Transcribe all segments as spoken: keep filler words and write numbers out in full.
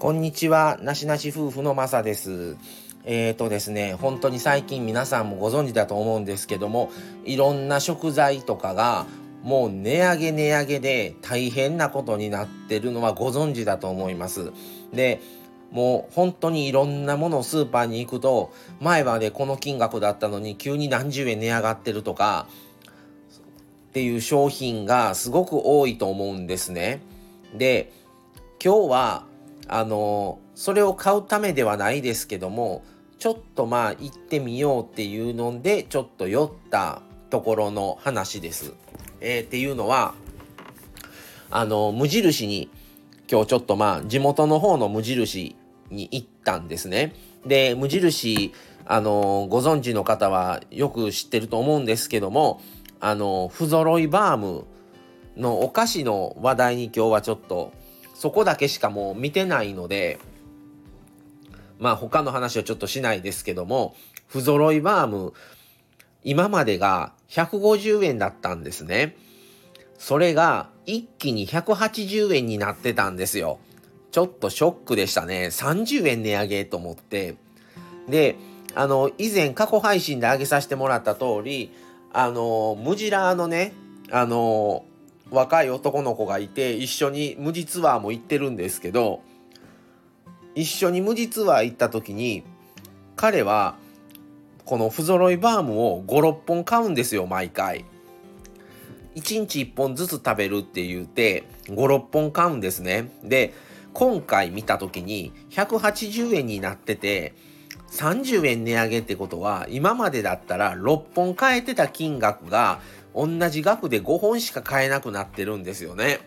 こんにちは、なしなし夫婦のまさです。えーとですね、本当に最近皆さんもご存知だと思うんですけども、いろんな食材とかがもう値上げ値上げで大変なことになってるのはご存知だと思います。で、もう本当にいろんなものをスーパーに行くと、前までこの金額だったのに急に何十円値上がってるとかっていう商品がすごく多いと思うんですね。で、今日はあのそれを買うためではないですけども、ちょっとまあ行ってみようっていうのでちょっと寄ったところの話です。えー、っていうのはあの無印に今日ちょっとまあ地元の方の無印に行ったんですね。で、無印あのご存知の方はよく知ってると思うんですけども、あの不揃いバームのお菓子の話題に今日はちょっとそこだけしかもう見てないので、まあ他の話はちょっとしないですけども、不揃いバーム今までがひゃくごじゅうえんだったんですね。それが一気にひゃくはちじゅうえんになってたんですよ。ちょっとショックでしたね。さんじゅうえん値上げと思って。で、あの以前過去配信で上げさせてもらった通り、あのムジラーのね、あの若い男の子がいて、一緒に無地ツアーも行ってるんですけど、一緒に無地ツアー行った時に彼はこの不揃いバームをご、ろっぽん買うんですよ。毎回いちにちいっぽんずつ食べるって言ってご、ろっぽん買うんですね。で、今回見た時にひゃくはちじゅうえんになってて、さんじゅうえん値上げってことは、今までだったらろっぽん買えてた金額が同じ額でごほんしか買えなくなってるんですよね。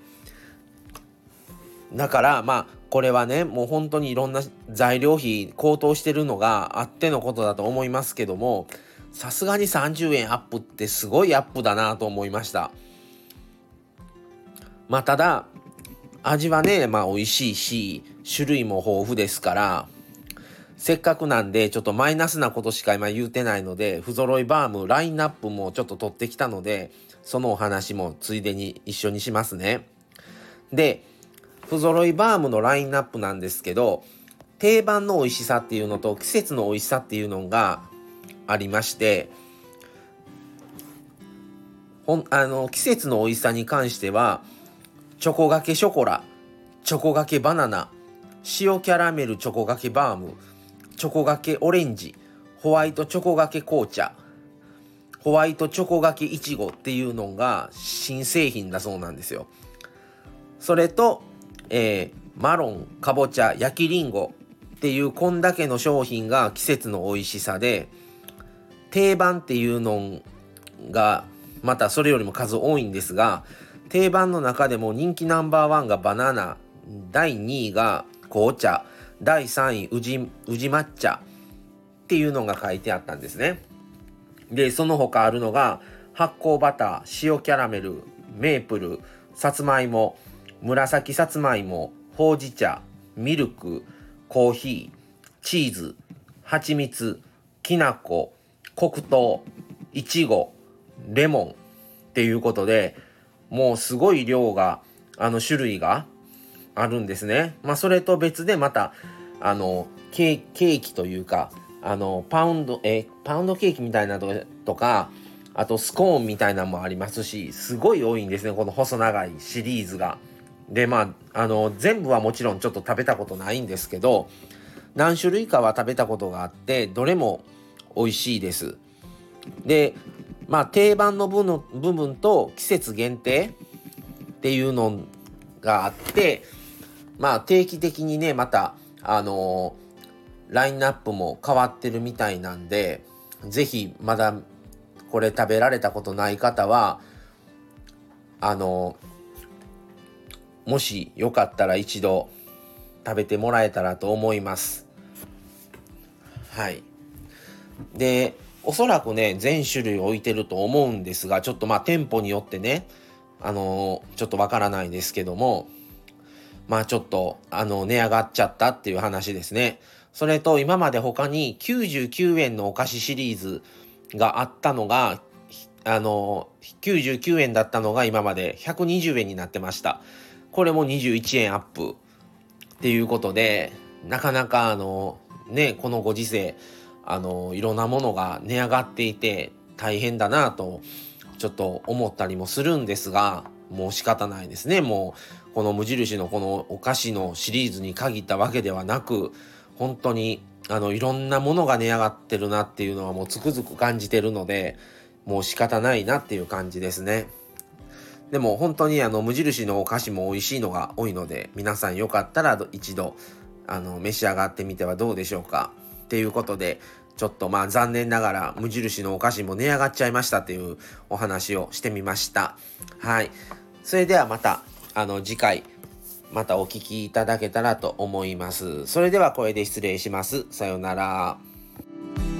だからまあこれはね、もう本当にいろんな材料費高騰してるのがあってのことだと思いますけども、さすがにさんじゅうえんアップってすごいアップだなと思いました。まあただ味はね、まあ美味しいし種類も豊富ですから、せっかくなんでちょっとマイナスなことしか今言うてないので、不揃いバームラインナップもちょっと取ってきたので、そのお話もついでに一緒にしますね。で、不揃いバームのラインナップなんですけど、定番の美味しさっていうのと季節の美味しさっていうのがありまして、ほんあの季節の美味しさに関しては、チョコがけショコラ、チョコがけバナナ、塩キャラメルチョコがけバーム、チョコがけオレンジ、ホワイトチョコがけ紅茶、ホワイトチョコがけいちごっていうのが新製品だそうなんですよ。それと、えー、マロン、かぼちゃ、焼きりんごっていうこんだけの商品が季節の美味しさで、定番っていうのがまたそれよりも数多いんですが、定番の中でも人気ナンバーワンがバナナ、だいにいが紅茶、だいさんい宇治、宇治抹茶っていうのが書いてあったんですね。で、その他あるのが発酵バター、塩キャラメル、メープル、さつまいも、紫さつまいも、ほうじ茶、ミルク、コーヒー、チーズ、蜂蜜、きな粉、黒糖、いちご、レモンっていうことで、もうすごい量が、あの種類があるんですね。まあそれと別でまたあのケー、ケーキというか、あのパウンドえパウンドケーキみたいなのとか、あとスコーンみたいなのもありますし、すごい多いんですね、この細長いシリーズが。で、まああの全部はもちろんちょっと食べたことないんですけど、何種類かは食べたことがあって、どれも美味しいです。で、まあ定番の部の部分と季節限定っていうのがあって、まあ定期的にね、またあのー、ラインナップも変わってるみたいなんで、ぜひまだこれ食べられたことない方は、あのー、もしよかったら一度食べてもらえたらと思います。はい。で、おそらくね、全種類置いてると思うんですが、ちょっとまあ店舗によってね、あのー、ちょっとわからないですけども、まあちょっとあの値上がっちゃったっていう話ですね。それと今まで他にきゅうじゅうきゅうえんのお菓子シリーズがあったのが、あのきゅうじゅうきゅうえんだったのが今までひゃくにじゅうえんになってました。これもにじゅういちえんアップ。 っていうことで、なかなかあのね、このご時世、あのいろんなものが値上がっていて大変だなとちょっと思ったりもするんですが、もう仕方ないですね。もうこの無印のこのお菓子のシリーズに限ったわけではなく、本当にあのいろんなものが値上がってるなっていうのはもうつくづく感じてるので、もう仕方ないなっていう感じですね。でも本当にあの無印のお菓子も美味しいのが多いので、皆さんよかったら一度あの召し上がってみてはどうでしょうか。っていうことで、ちょっとまあ残念ながら無印のお菓子も値上がっちゃいましたというお話をしてみました。はい。それではまたあの次回またお聞きいただけたらと思います。それではこれで失礼します。さようなら。